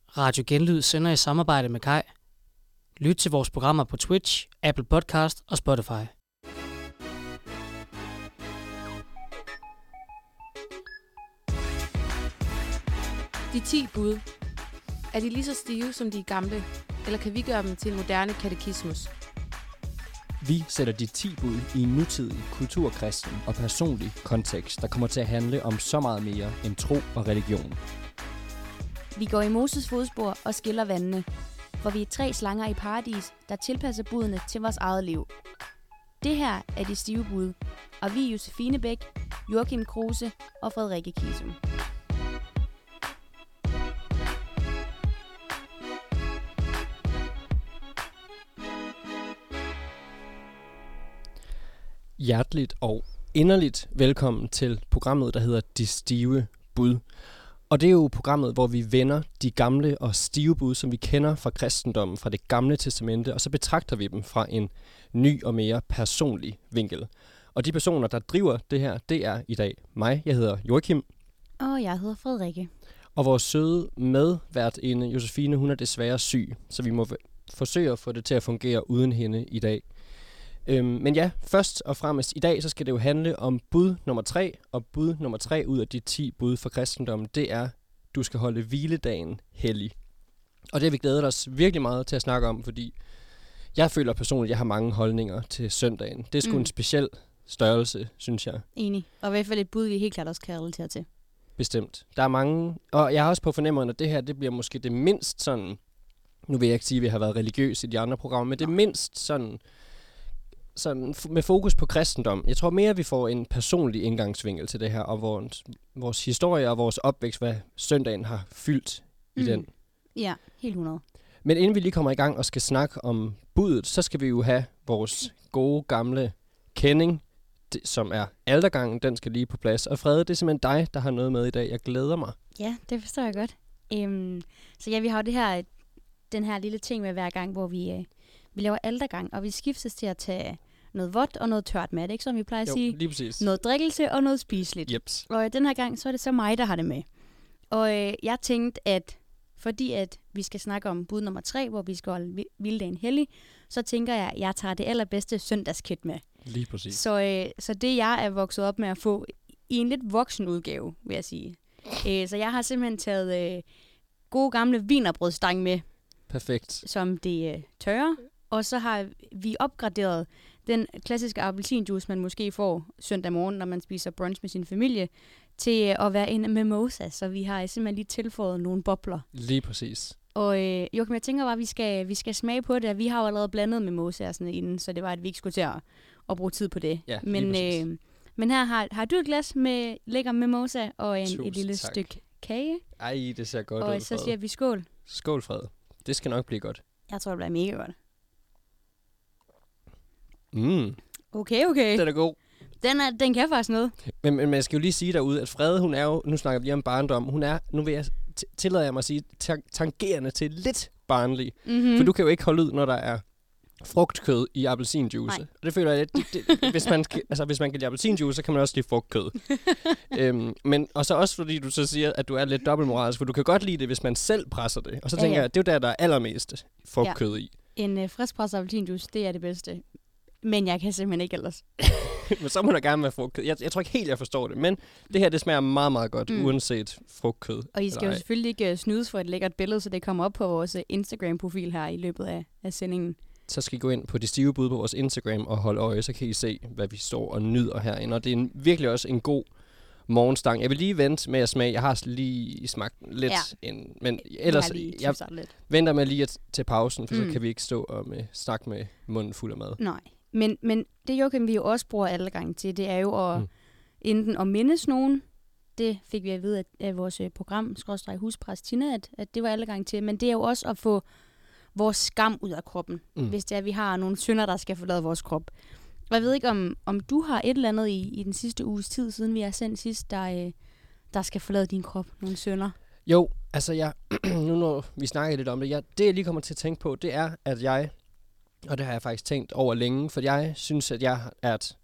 Radio Genlyd sender i samarbejde med Kai. Lyt til vores programmer på Twitch, Apple Podcast og Spotify. De 10 bud. Er de lige så stive som de gamle, eller kan vi gøre dem til en moderne katekismus? Vi sætter de 10 bud i en nutidig, kulturkristen og personlig kontekst, der kommer til at handle om så meget mere end tro og religion. Vi går i Moses fodspor og skiller vandene, for vi er 3 slanger i paradis, der tilpasser budene til vores eget liv. Det her er de stive bud, og vi er Josefine Bæk, Joachim Kruse og Frederikke Kisum. Hjerteligt og inderligt velkommen til programmet, der hedder De Stive Bud. Og det er jo programmet, hvor vi vender de gamle og stive bud, som vi kender fra kristendommen, fra det gamle testamente, og så betragter vi dem fra en ny og mere personlig vinkel. Og de personer, der driver det her, det er i dag mig. Jeg hedder Joachim. Og jeg hedder Frederikke. Og vores søde medværtinde, Josefine, hun er desværre syg, så vi må forsøge at få det til at fungere uden hende i dag. Men ja, først og fremmest i dag, så skal det jo handle om bud nummer 3, og bud nummer 3 ud af de 10 bud for kristendommen, det er, du skal holde hviledagen hellig. Og det har vi glædet os virkelig meget til at snakke om, fordi jeg føler personligt, at jeg har mange holdninger til søndagen. Det er sgu en speciel størrelse, synes jeg. Enig. Og i hvert fald et bud, vi helt klart også kan relatere til. Bestemt. Der er mange, og jeg har også på fornemmeren, at det her, det bliver måske det mindst sådan, nu vil jeg ikke sige, at vi har været religiøse i de andre programmer, men det mindst sådan med fokus på kristendom. Jeg tror mere, at vi får en personlig indgangsvinkel til det her, og vores historie og vores opvækst, hvad søndagen har fyldt i den. Ja, helt 100. Men inden vi lige kommer i gang og skal snakke om budet, så skal vi jo have vores gode gamle kending, som er altergangen. Den skal lige på plads. Og Frede, det er simpelthen dig, der har noget med i dag. Jeg glæder mig. Ja, det forstår jeg godt. Så ja, vi har jo den her lille ting med hver gang, hvor vi laver altergang, og vi skiftes til at tage noget vådt og noget tørt med det, ikke? Som vi plejer at sige. Lige præcis. Noget drikkelse og noget spiseligt. Jeps. Og den her gang, så er det så mig, der har det med. Og jeg tænkte, at fordi at vi skal snakke om bud nummer 3, hvor vi skal holde hviledagen hellig, så tænker jeg, at jeg tager det allerbedste søndagskit med. Lige præcis. Så det, jeg er vokset op med at få i en lidt voksen udgave, vil jeg sige. Så jeg har simpelthen taget gode gamle wienerbrødstang med. Perfekt. Som det tørre. Og så har vi opgraderet den klassiske appelsinjuice, man måske får søndag morgen, når man spiser brunch med sin familie, til at være en mimosa. Så vi har simpelthen lige tilføjet nogle bobler. Lige præcis. Og Joachim, jeg tænker bare, at vi skal smage på det. Vi har jo allerede blandet mimosa og sådan inden, så det var, at vi ikke skulle til at bruge tid på det. Ja, men her har du et glas med lækker mimosa og et lille stykke kage. Ej, det ser godt ud, Og så siger vi skål. Skål, Frede. Det skal nok blive godt. Jeg tror, det bliver mega godt. Okay. Den er god. Den kan faktisk noget. Men jeg skal jo lige sige derude, at Frede, hun er jo, nu snakker vi lige om barndom, hun er, nu vil jeg tillader jeg mig at sige, tangerende til lidt barnlig. Mm-hmm. For du kan jo ikke holde ud, når der er frugtkød i appelsinjuice. Nej. Og det føler jeg, hvis man kan lide appelsinjuice, så kan man også lide frugtkød. Men og så også fordi du så siger, at du er lidt dobbeltmoralsk, for du kan godt lide det, hvis man selv presser det. Og så tænker jeg, det er jo der er allermest frugtkød i. En friskpresset appelsinjuice, det er det bedste. Men jeg kan simpelthen ikke ellers. Men så må der gerne være frugtkød. Jeg tror ikke helt, jeg forstår det. Men det her, det smager meget, meget godt, uanset frugtkød. Og I skal jo selvfølgelig ikke snydes for et lækkert billede, så det kommer op på vores Instagram-profil her i løbet af sendingen. Så skal I gå ind på De Stive Bud på vores Instagram og holde øje, så kan I se, hvad vi står og nyder herinde. Og det er virkelig også en god morgenstang. Jeg vil lige vente med at smage. Jeg har lige smagt lidt, men ellers jeg venter med lige til pausen, for så kan vi ikke stå og snakke med munden fuld af mad. Nej. Men det Joachim, vi jo også bruger alle gange til, det er jo enten at mindes nogen. Det fik vi at vide af vores program, /huspræst Tina, at det var alle gange til. Men det er jo også at få vores skam ud af kroppen, hvis det er, at vi har nogle synder, der skal forlade vores krop. Og jeg ved ikke, om du har et eller andet i den sidste uges tid, siden vi har sendt sidst, der skal forlade din krop, nogle synder. Jo, altså nu når vi snakker lidt om det, det jeg lige kommer til at tænke på, det er, at og det har jeg faktisk tænkt over længe, for jeg synes, at jeg er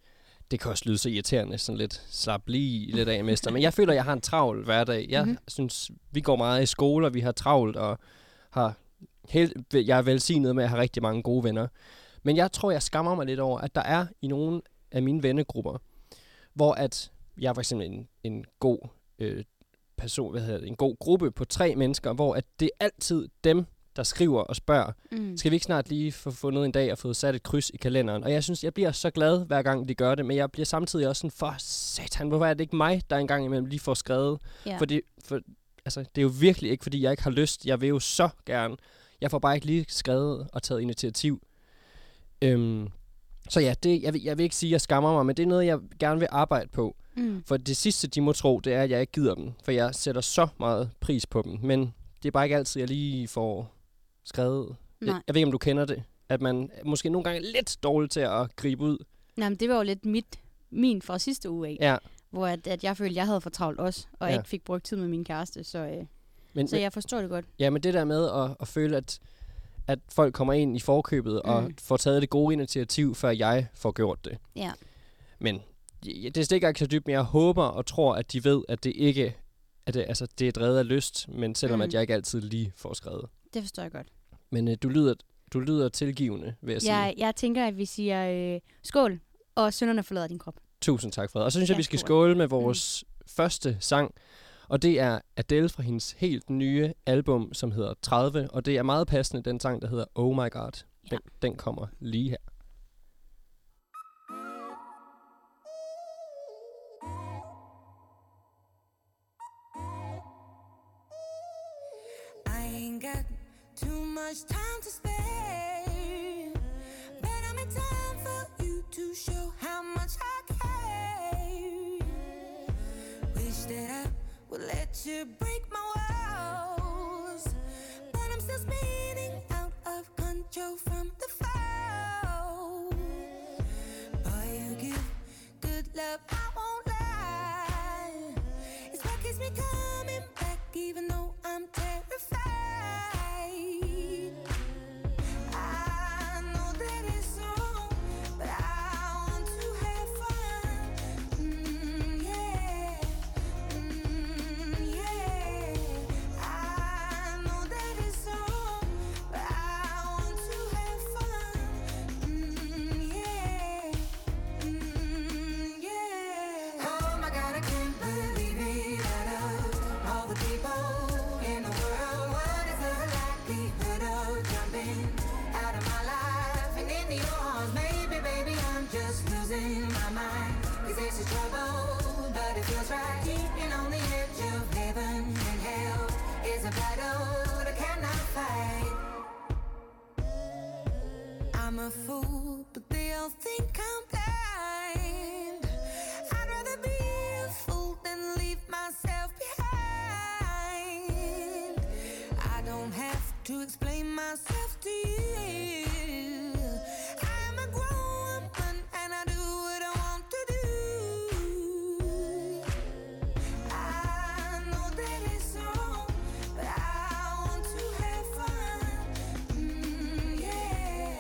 det kan også lyde så irriterende, sådan lidt slap lige lidt af, mester. Men jeg føler, at jeg har en travl hverdag. Jeg synes, vi går meget i skole, og vi har travlt, og jeg er velsignet med at have rigtig mange gode venner. Men jeg tror, jeg skammer mig lidt over, at der er i nogle af mine vennegrupper, hvor at jeg er for eksempel en god person, en god gruppe på 3 mennesker, hvor at det er altid dem, der skriver og spørger, skal vi ikke snart lige få fundet en dag og få sat et kryds i kalenderen? Og jeg synes, jeg bliver så glad, hver gang de gør det, men jeg bliver samtidig også sådan, for satan, hvorfor er det ikke mig, der engang imellem lige får skrevet? Ja. Det er jo virkelig ikke, fordi jeg ikke har lyst. Jeg vil jo så gerne. Jeg får bare ikke lige skrevet og taget initiativ. Så ja, jeg vil ikke sige, at jeg skammer mig, men det er noget, jeg gerne vil arbejde på. For det sidste, de må tro, det er, at jeg ikke gider dem. For jeg sætter så meget pris på dem. Men det er bare ikke altid, jeg lige får skrevet. Jeg ved ikke, om du kender det. At man måske nogle gange er lidt dårlig til at gribe ud. Nej, men det var jo lidt min fra sidste uge af. Ja. Hvor at jeg følte, at jeg havde for travlt også, og ikke fik brugt tid med min kæreste. Så jeg forstår det godt. Ja, men det der med at føle, at folk kommer ind i forkøbet og får taget det gode initiativ, før jeg får gjort det. Ja. Men det stikker ikke så dybt, men jeg håber og tror, at de ved, at det ikke det er drevet af lyst, men selvom at jeg ikke altid lige får skrevet. Det forstår jeg godt. Men du lyder tilgivende, vil jeg sige. Jeg tænker, at vi siger skål, og synderne forlader din krop. Tusind tak, Fred. Og så synes jeg, vi skal skåle med vores første sang, og det er Adele fra hendes helt nye album, som hedder 30, og det er meget passende, den sang, der hedder Oh My God. Den kommer lige her. Too much time to spare, but I'm in time for you to show how much I care. Wish that I would let you break my walls, but I'm still spinning out of control from the fall. Boy, you give good love, I won't lie. It's what keeps me coming back, even though I'm terrified. I'm a fool, but they all think I'm blind. I'd rather be a fool than leave myself behind. I don't have to explain myself to you. I'm a grown woman and I do what I want to do. I know that it's wrong, but I want to have fun. Yeah.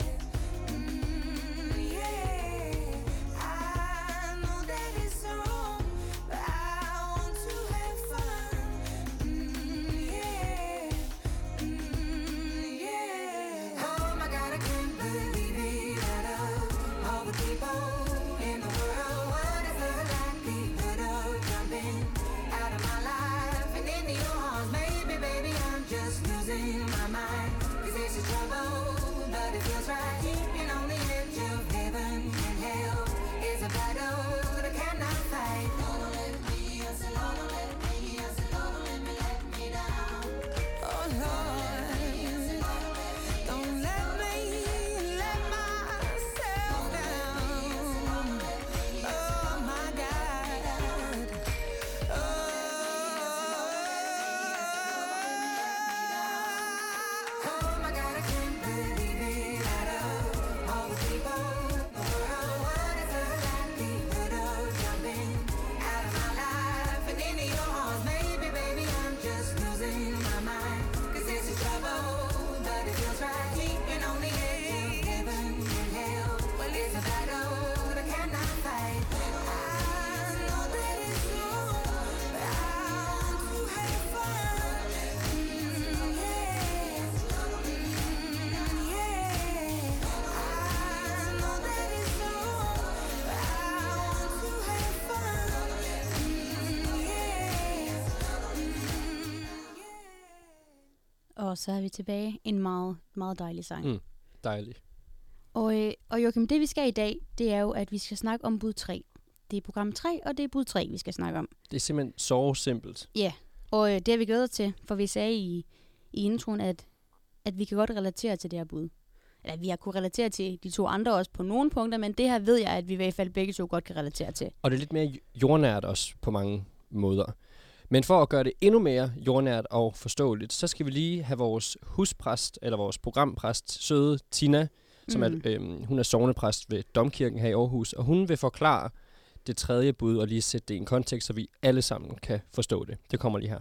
Og så er vi tilbage. En meget, meget dejlig sang. Dejligt. Og Joachim, det vi skal i dag, det er jo, at vi skal snakke om bud 3. Det er program 3, og det er bud 3, vi skal snakke om. Det er simpelthen så simpelt. Ja, og det har vi glædet til, for vi sagde i introen, at vi kan godt relatere til det her bud. Eller vi har kunnet relatere til de 2 andre også på nogle punkter, men det her ved jeg, at vi i hvert fald begge 2 godt kan relatere til. Og det er lidt mere jordnært også på mange måder. Men for at gøre det endnu mere jordnært og forståeligt, så skal vi lige have vores huspræst, eller vores programpræst, søde Tina, som hun er sognepræst ved Domkirken her i Aarhus, og hun vil forklare det 3. bud og lige sætte det i en kontekst, så vi alle sammen kan forstå det. Det kommer lige her.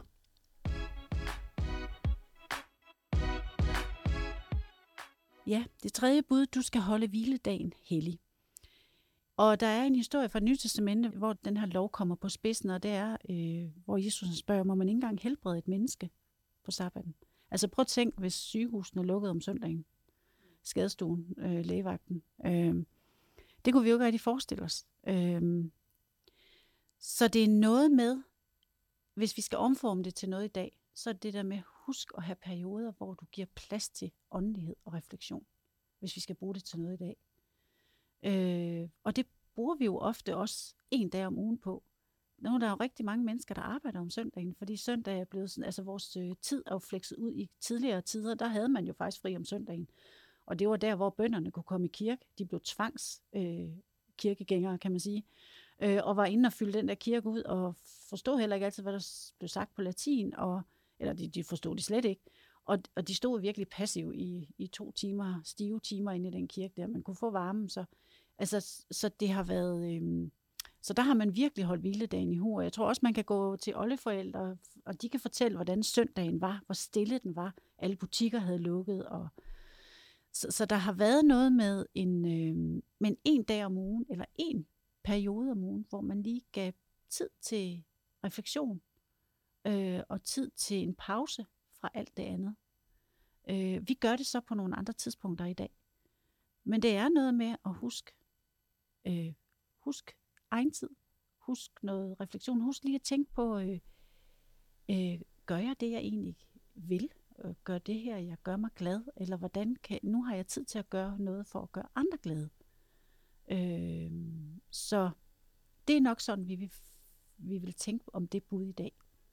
Ja, det 3. bud, du skal holde hviledagen hellig. Og der er en historie fra Det Nye Testamente, hvor den her lov kommer på spidsen, og det er, hvor Jesus spørger, må man ikke engang helbrede et menneske på sabbaten? Altså prøv at tænke, hvis sygehusene er lukket om søndagen, skadestuen, lægevagten. Det kunne vi jo ikke rigtig forestille os. Så det er noget med, hvis vi skal omforme det til noget i dag, så er det der med, husk at have perioder, hvor du giver plads til åndelighed og refleksion, hvis vi skal bruge det til noget i dag. Og det bruger vi jo ofte også 1 dag om ugen på. Nu er der jo rigtig mange mennesker, der arbejder om søndagen, fordi søndag er blevet sådan, altså vores tid er jo flekset ud i tidligere tider, der havde man jo faktisk fri om søndagen. Og det var der, hvor bønderne kunne komme i kirke. De blev kirkegængere, kan man sige. Og var inde og fylde den der kirke ud, og forstod heller ikke altid, hvad der blev sagt på latin, eller de forstod det slet ikke. Og de stod virkelig passive i 2 timer, stive timer inde i den kirke der. Man kunne få varmen, så det har været... Så der har man virkelig holdt hviledagen i hu. Og jeg tror også, man kan gå til oldeforældre, og de kan fortælle, hvordan søndagen var, hvor stille den var. Alle butikker havde lukket. Så der har været noget med men 1 dag om ugen, eller 1 periode om ugen, hvor man lige gav tid til refleksion, og tid til en pause fra alt det andet. Vi gør det så på nogle andre tidspunkter i dag. Men det er noget med at husk egen tid. Husk noget refleksion. Husk lige at tænke på, gør jeg det, jeg egentlig vil? Gør det her, jeg gør mig glad? Eller nu har jeg tid til at gøre noget for at gøre andre glade. Så det er nok sådan, vi vil tænke om det bud i dag.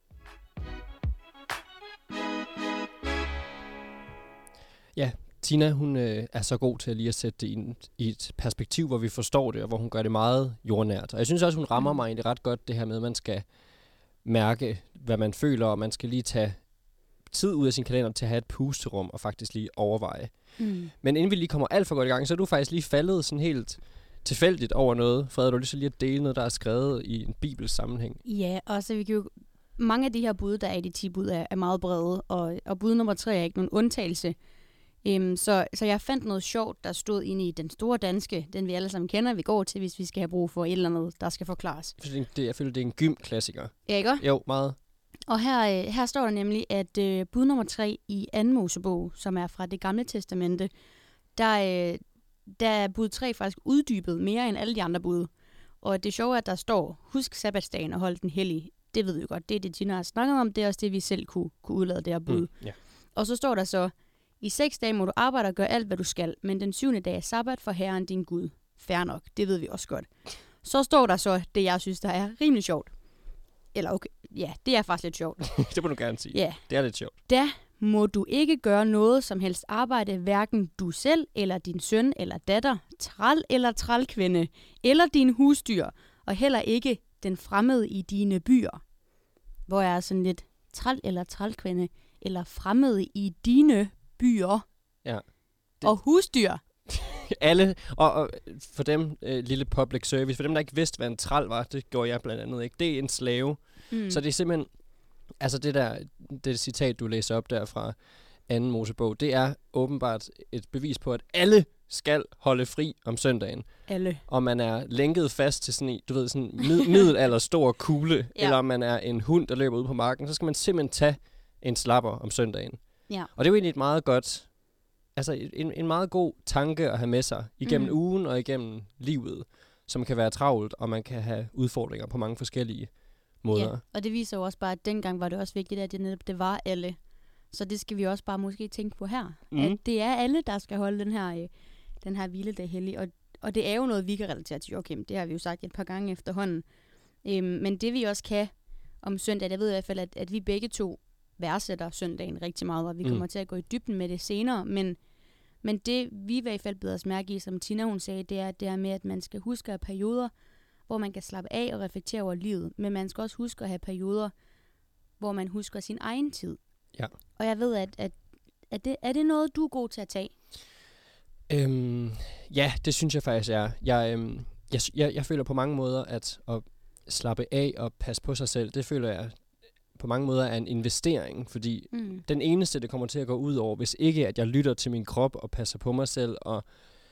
Ja, Tina, hun er så god til at lige at sætte det i et perspektiv, hvor vi forstår det, og hvor hun gør det meget jordnært. Og jeg synes også, hun rammer mig egentlig ret godt, det her med, at man skal mærke, hvad man føler, og man skal lige tage tid ud af sin kalender til at have et pusterum, og faktisk lige overveje. Men inden vi lige kommer alt for godt i gang, så er du faktisk lige faldet sådan helt tilfældigt over noget. Frederik, du har lige så lige at dele noget, der er skrevet i en bibelsk sammenhæng. Ja, og så vi kan jo... Mange af de her bud, der er i de 10 bud, er meget brede, og bud nummer 3 er ikke nogen undtagelse. Så jeg fandt noget sjovt, der stod inde i den store danske, den vi alle sammen kender, vi går til, hvis vi skal have brug for et eller andet, der skal forklares. Jeg føler, det er en gym-klassiker. Ja, ikke? Jo, meget. Og her står der nemlig, at bud nummer 3 i 2. Mosebog, som er fra Det Gamle Testamente, der er bud 3 faktisk uddybet mere end alle de andre bud. Og det sjove er, at der står, husk sabbatsdagen og hold den hellig. Det ved vi godt, det er det, Tina har snakket om, det er også det, vi selv kunne udlade det her bud. Yeah. Og så står der så, i 6 dage må du arbejde og gøre alt, hvad du skal, men den 7. dag er sabbat for Herren din Gud. Fair nok, det ved vi også godt. Så står der så det, jeg synes, der er rimelig sjovt. Eller okay, ja, det er faktisk lidt sjovt. Det må du gerne sige. Ja. Det er lidt sjovt. Da må du ikke gøre noget som helst arbejde, hverken du selv, eller din søn, eller datter, træl eller trælkvinde, eller din husdyr, og heller ikke den fremmede i dine byer. Hvor er sådan lidt træl eller trælkvinde, eller fremmede i dine byer. Ja. Og husdyr. Alle, og for dem, lille public service, for dem, der ikke vidste, hvad en træl var, det gjorde jeg blandt andet ikke. Det er en slave. Så det er simpelthen, altså det citat, du læser op der fra 2. Mosebog, det er åbenbart et bevis på, at alle skal holde fri om søndagen. Alle. Og man er lænket fast til sådan en middelalder stor kugle, ja. Eller om man er en hund, der løber ud på marken, så skal man simpelthen tage en slapper om søndagen. Ja. Og det er jo egentlig et meget godt, altså en meget god tanke at have med sig igennem ugen og igennem livet, som kan være travlt, og man kan have udfordringer på mange forskellige måder. Ja, og det viser jo også bare, at dengang var det også vigtigt, at det var alle. Så det skal vi også bare måske tænke på her. Mm. At det er alle, der skal holde den her hviledag hellig. Og det er jo noget, vi kan relatere til Joachim. Det har vi jo sagt et par gange efterhånden. Men det vi også kan om søndag, jeg ved i hvert fald, at vi begge to værdsætter søndagen rigtig meget, og vi kommer til at gå i dybden med det senere. Men det vi i hvert fald beder os mærke i, som Tina hun sagde, det er med, at man skal huske at have perioder, hvor man kan slappe af og reflektere over livet. Men man skal også huske at have perioder, hvor man husker sin egen tid. Ja. Og jeg ved, at er det noget, du er god til at tage? Ja, det synes jeg faktisk er. Jeg føler på mange måder, at slappe af og passe på sig selv, det føler jeg på mange måder er en investering, fordi den eneste, det kommer til at gå ud over, hvis ikke at jeg lytter til min krop og passer på mig selv og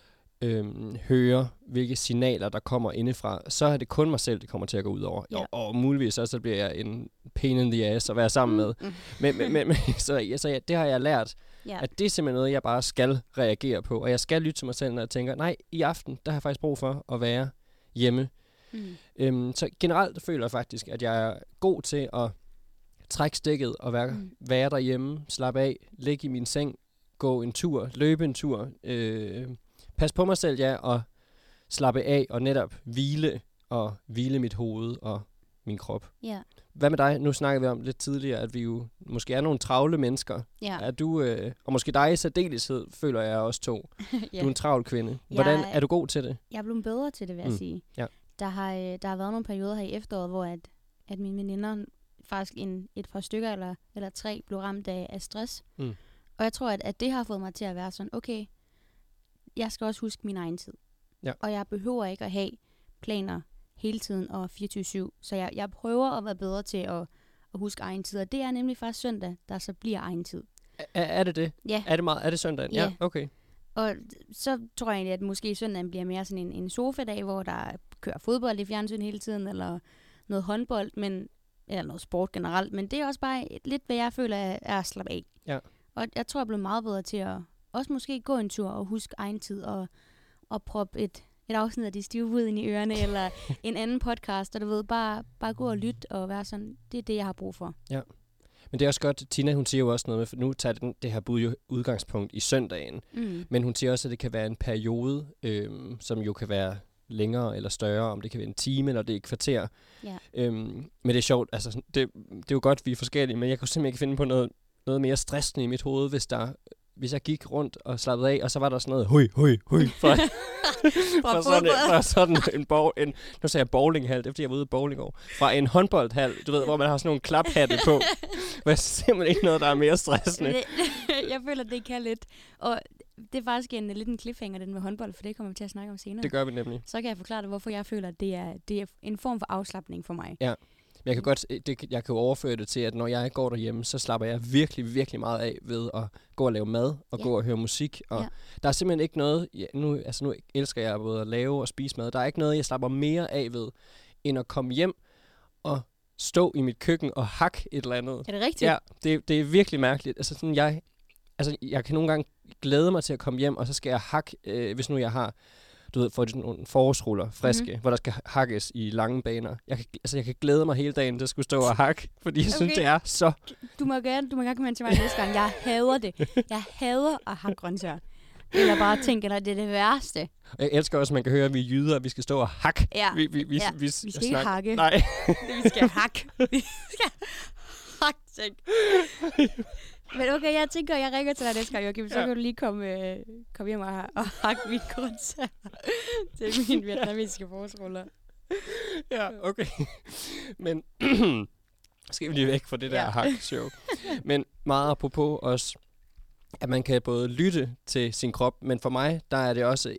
hører, hvilke signaler, der kommer indefra, så er det kun mig selv, det kommer til at gå ud over. Ja. Og muligvis også, så bliver jeg en pain in the ass at være sammen med. Men så det har jeg lært, at det er simpelthen noget, jeg bare skal reagere på, og jeg skal lytte til mig selv, når jeg tænker, nej, i aften, der har jeg faktisk brug for at være hjemme. Så generelt føler jeg faktisk, at jeg er god til at trække stikket og være derhjemme, slappe af, ligge i min seng, gå en tur, løbe en tur, pas på mig selv, ja, og slappe af og netop hvile mit hoved og min krop. Ja. Hvad med dig? Nu snakkede vi om lidt tidligere, at vi jo måske er nogle travle mennesker. Ja. Er du, og måske dig i særdeleshed, føler jeg også to. Ja. Du er en travl kvinde. Hvordan er du god til det? Jeg er blevet bedre til det, vil jeg sige. Ja. Der har været nogle perioder her i efteråret, hvor at mine veninder, faktisk et par stykker eller 3, blev ramt af stress. Og jeg tror, at det har fået mig til at være sådan, okay, jeg skal også huske min egen tid. Ja. Og jeg behøver ikke at have planer hele tiden og 24/7. Så jeg prøver at være bedre til at huske egen tid. Og det er nemlig faktisk søndag, der så bliver egen tid. Er det det? Ja. Er det søndagen? Ja, okay. Og så tror jeg egentlig, at måske søndagen bliver mere sådan en sofadag, hvor der kører fodbold i fjernsyn hele tiden, eller noget håndbold, eller noget sport generelt. Men det er også bare lidt, hvad jeg føler er at slappe af. Ja. Og jeg tror, jeg blev meget bedre til at også måske gå en tur og huske egen tid, og proppe et afsnit af De Stive Bud ind i ørerne, eller en anden podcast, og du ved, bare gå og lytte og være sådan, det er det, jeg har brug for. Ja. Men det er også godt, Tina, hun siger jo også noget med, for nu tager det her bud jo udgangspunkt i søndagen, men hun siger også, at det kan være en periode, som jo kan være længere eller større, om det kan være en time, eller det er et kvarter. Ja. Men det er sjovt, altså det er jo godt, vi er forskellige, men jeg kunne simpelthen ikke finde på noget mere stressende i mit hoved, hvis jeg gik rundt og slappede af, og så var der sådan noget hui fra sådan en nu sagde jeg bowlinghal, det er fordi jeg var ude i bowling over, fra en håndboldhal, du ved, hvor man har sådan nogle klaphatte på. Men simpelthen ikke noget, der er mere stressende. Jeg føler, det kan lidt. Og det er faktisk lidt en cliffhanger, den med håndbold, for det kommer vi til at snakke om senere. Det gør vi nemlig. Så kan jeg forklare dig, hvorfor jeg føler, at det er en form for afslapning for mig. Ja. Jeg kan jo overføre det til, at når jeg går derhjemme, så slapper jeg virkelig, virkelig meget af ved at gå og lave mad og gå og høre musik. Og der er simpelthen ikke noget, nu elsker jeg både at lave og spise mad, der er ikke noget, jeg slapper mere af ved, end at komme hjem og stå i mit køkken og hakke et eller andet. Er det rigtigt? Ja, det er virkelig mærkeligt. Altså sådan, jeg kan nogle gange glæde mig til at komme hjem, og så skal jeg hakke, hvis nu jeg har, du ved, for nogle forårsruller friske, hvor der skal hakkes i lange baner. Jeg kan glæde mig hele dagen til at skulle stå og hakke, fordi jeg synes, det er så... Du må gerne komme hen til mig næste gang. Jeg hader det. Jeg hader at hakke grøntsager. Eller bare tænke, at det er det værste. Jeg elsker også, at man kan høre, at vi er jyder, at vi skal stå og hakke. Ja. Vi skal ikke hakke. Nej. Vi skal hakke. Vi skal hakke ting. Men okay, jeg tænker, jeg ringer til dig næste gang, Joachim, så kan du lige komme hjem og hakke mine grøntsager til mine vietnamesiske forårsruller. Ja, okay. Men skal vi lige væk fra det der hak-show. Men meget apropos også, at man kan både lytte til sin krop, men for mig, der er det også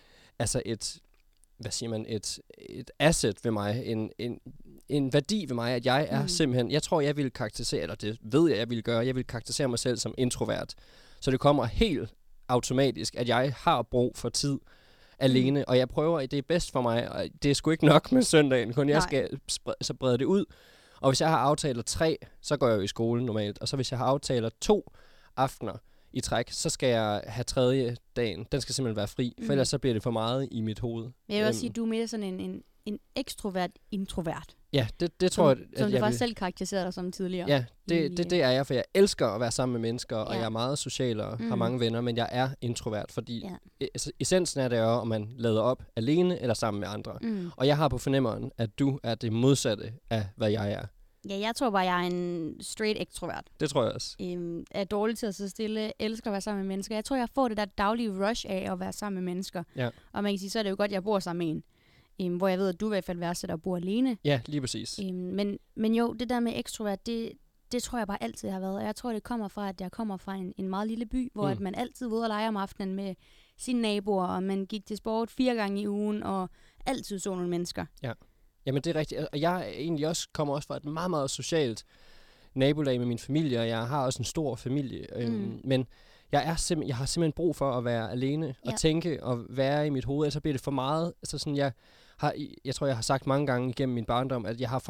et asset ved mig, en værdi ved mig, at jeg er simpelthen, jeg tror, jeg vil karakterisere, eller det ved jeg vil gøre, jeg vil karakterisere mig selv som introvert. Så det kommer helt automatisk, at jeg har brug for tid alene, og jeg prøver, at det er bedst for mig, og det er sgu ikke nok med søndagen, kun jeg skal så brede det ud. Og hvis jeg har aftaler 3, så går jeg jo i skole normalt, og så hvis jeg har aftaler 2 aftener i træk, så skal jeg have 3. dagen. Den skal simpelthen være fri, for ellers så bliver det for meget i mit hoved. Jeg vil også sige, at du er mere sådan en ekstrovert introvert. Ja, det tror jeg, Som at du jeg faktisk vil. selv karakteriserede dig som tidligere. Ja, det er jeg, for jeg elsker at være sammen med mennesker, og Ja. jeg er meget social og har mange venner, men jeg er introvert, fordi Ja. essensen er det jo, om man lader op alene eller sammen med andre. Og jeg har på fornemmeren, at du er det modsatte af, hvad jeg er. Ja, jeg tror bare, jeg er en straight ekstrovert. Det tror jeg også. Er dårlig til at sidde stille, elsker at være sammen med mennesker. Jeg tror, jeg får det der daglige rush af at være sammen med mennesker. Ja. Og man kan sige, så er det jo godt, at jeg bor sammen med en. Hvor jeg ved, at du i hvert fald værdsætter at bo alene. Ja, lige præcis. Men jo, det der med ekstrovert, det tror jeg bare altid har været. Og jeg tror, det kommer fra, at jeg kommer fra en meget lille by, hvor at man altid var ude og lege om aftenen med sine naboer, og man gik til sport 4 gange i ugen, og altid så nogle mennesker. Ja. Jamen, det er rigtigt. Og jeg er egentlig også, kommer også fra et meget, meget socialt nabolag med min familie, og jeg har også en stor familie. Men jeg har simpelthen brug for at være alene og tænke og være i mit hoved, ellers så bliver det for meget. Altså sådan, jeg tror, jeg har sagt mange gange igennem min barndom, at jeg har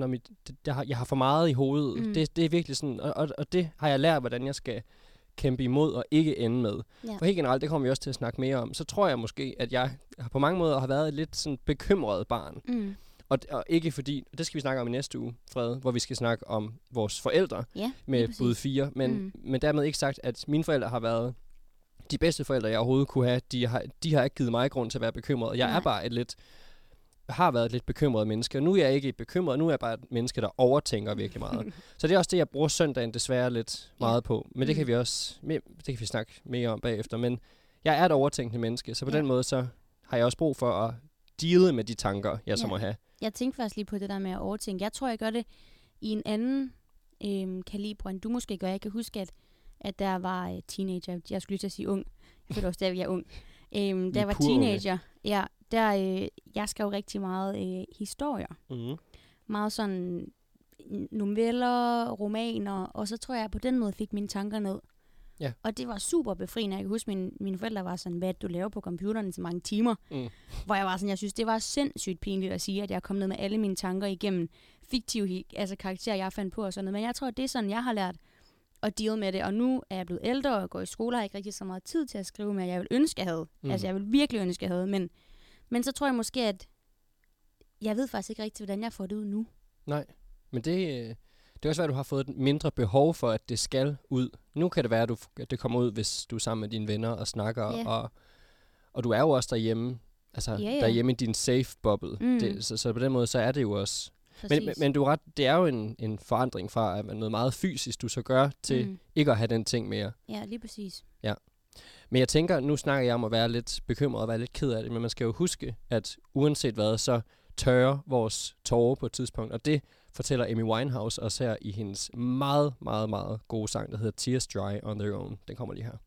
for meget i hovedet. Det er virkelig sådan, og det har jeg lært, hvordan jeg skal kæmpe imod og ikke ende med. Ja. For helt generelt, det kommer vi også til at snakke mere om, så tror jeg måske, at jeg på mange måder har været et lidt sådan bekymret barn. Og ikke fordi, det skal vi snakke om i næste uge, Frede, hvor vi skal snakke om vores forældre med bud 4. Men dermed ikke sagt, at mine forældre har været de bedste forældre, jeg overhovedet kunne have. De har ikke givet mig grund til at være bekymret. Jeg er bare har været et lidt bekymret menneske. Nu er jeg ikke bekymret, nu er jeg bare et menneske, der overtænker virkelig meget. Så det er også det, jeg bruger søndagen desværre lidt meget på. Men det kan vi snakke mere om bagefter. Men jeg er et overtænkende menneske, så på den måde så har jeg også brug for at deale med de tanker, jeg så må have. Jeg tænkte faktisk lige på det der med at overtænke. Jeg tror, jeg gør det i en anden kaliber, end du måske gør. Jeg kan huske, at der var teenager. Jeg skulle lige til at sige ung. Jeg føler også, at jeg er ung. Da jeg var teenager, jeg skrev rigtig meget historier. Meget sådan noveller, romaner, og så tror jeg, på den måde fik mine tanker ned. Ja. Og det var super befriende. Jeg kan huske, mine forældre var sådan, hvad du laver på computeren i så mange timer. Hvor jeg var sådan, jeg synes, det var sindssygt pinligt at sige, at jeg kom ned med alle mine tanker igennem fiktive karakterer, jeg fandt på og sådan noget. Men jeg tror, det er sådan, jeg har lært at deal med det. Og nu er jeg blevet ældre og går i skole, og har ikke rigtig så meget tid til at skrive med, jeg vil ønske, jeg havde. Altså, jeg vil virkelig ønske, jeg havde. Men så tror jeg måske, at jeg ved faktisk ikke rigtig, hvordan jeg får det ud nu. Nej, men det er også, at du har fået et mindre behov for, at det skal ud. Nu kan det være, at det kommer ud, hvis du er sammen med dine venner og snakker, og du er jo også derhjemme, derhjemme i din safe bubble. Så på den måde, så er det jo også. Men du er ret, det er jo en forandring fra at noget meget fysisk, du så gør, til ikke at have den ting mere. Ja, lige præcis. Ja. Men jeg tænker, nu snakker jeg om at være lidt bekymret og være lidt ked af det, men man skal jo huske, at uanset hvad, så tørrer vores tårer på et tidspunkt, og det fortæller Amy Winehouse også her i hendes meget, meget, meget gode sang, der hedder Tears Dry on Their Own. Den kommer lige her.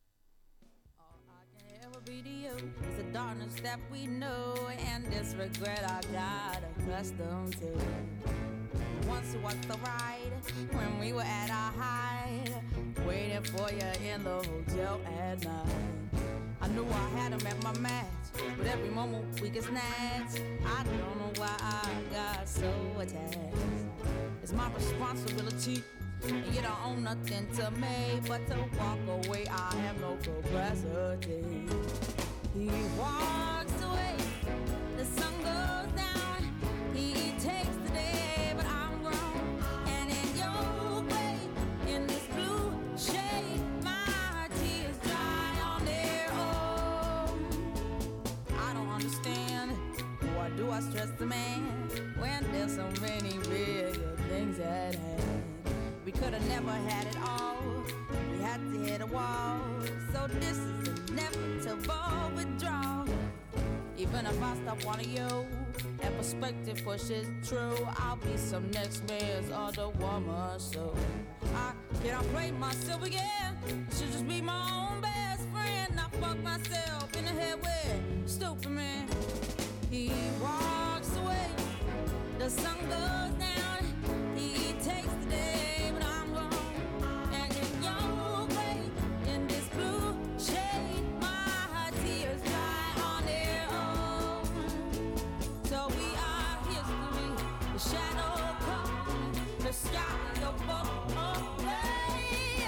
It's a darkness that we know and this regret I got accustomed to. Once it was the ride when we were at our height, waiting for you in the hotel at night. I knew I had him at my match, but every moment we get snatched. I don't know why I got so attached. It's my responsibility, and you don't own nothing to me but to walk away. I have no capacity. He walks away, the sun goes down. He takes the day, but I'm grown. And in your way, in this blue shade, my tears dry on their own. I don't understand, why do I stress the man when there's so many bigger things at hand? We could have never had it all, we had to hit a wall. So this is inevitable withdrawal. Even if I stop wanting you, that perspective pushes true. I'll be some next man's other woman, so I cannot play myself again. I should just be my own best friend. I fuck myself in the head with stupid man. He walks away, the sun goes down. He takes the day, but I'm gone. And in your way, in this blue shade, my tears dry on their own. So we are history, the shadow comes, the sky above away.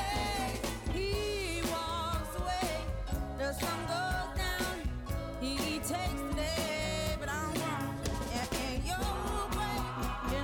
He walks away, the sun goes down. He takes the day, but I'm wrong. And in your way,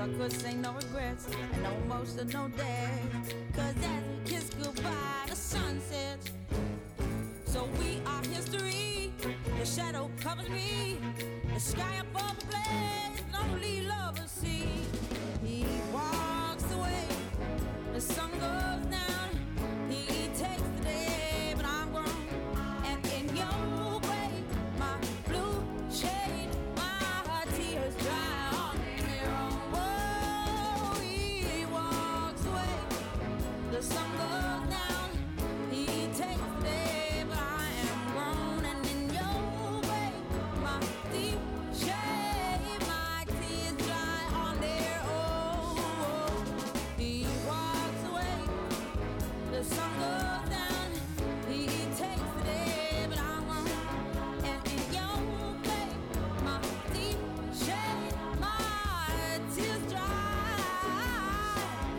I could say no regrets and no emotional day. Cause as we kiss goodbye, the sun sets. So we are history. The shadow covers me. The sky above the blaze, lonely lovers see. He walks away, the sun goes down. He takes the day, but I'm grown. And in your way, my blue shade, my tears dry on their own. Whoa, he walks away, the sun goes down. He takes the day, but I am grown. And in your way, my deep shade, my tears dry on their own. He walks away, the sun goes down. He takes the day, but I'm on. And in your way, my deep shade, my tears dry.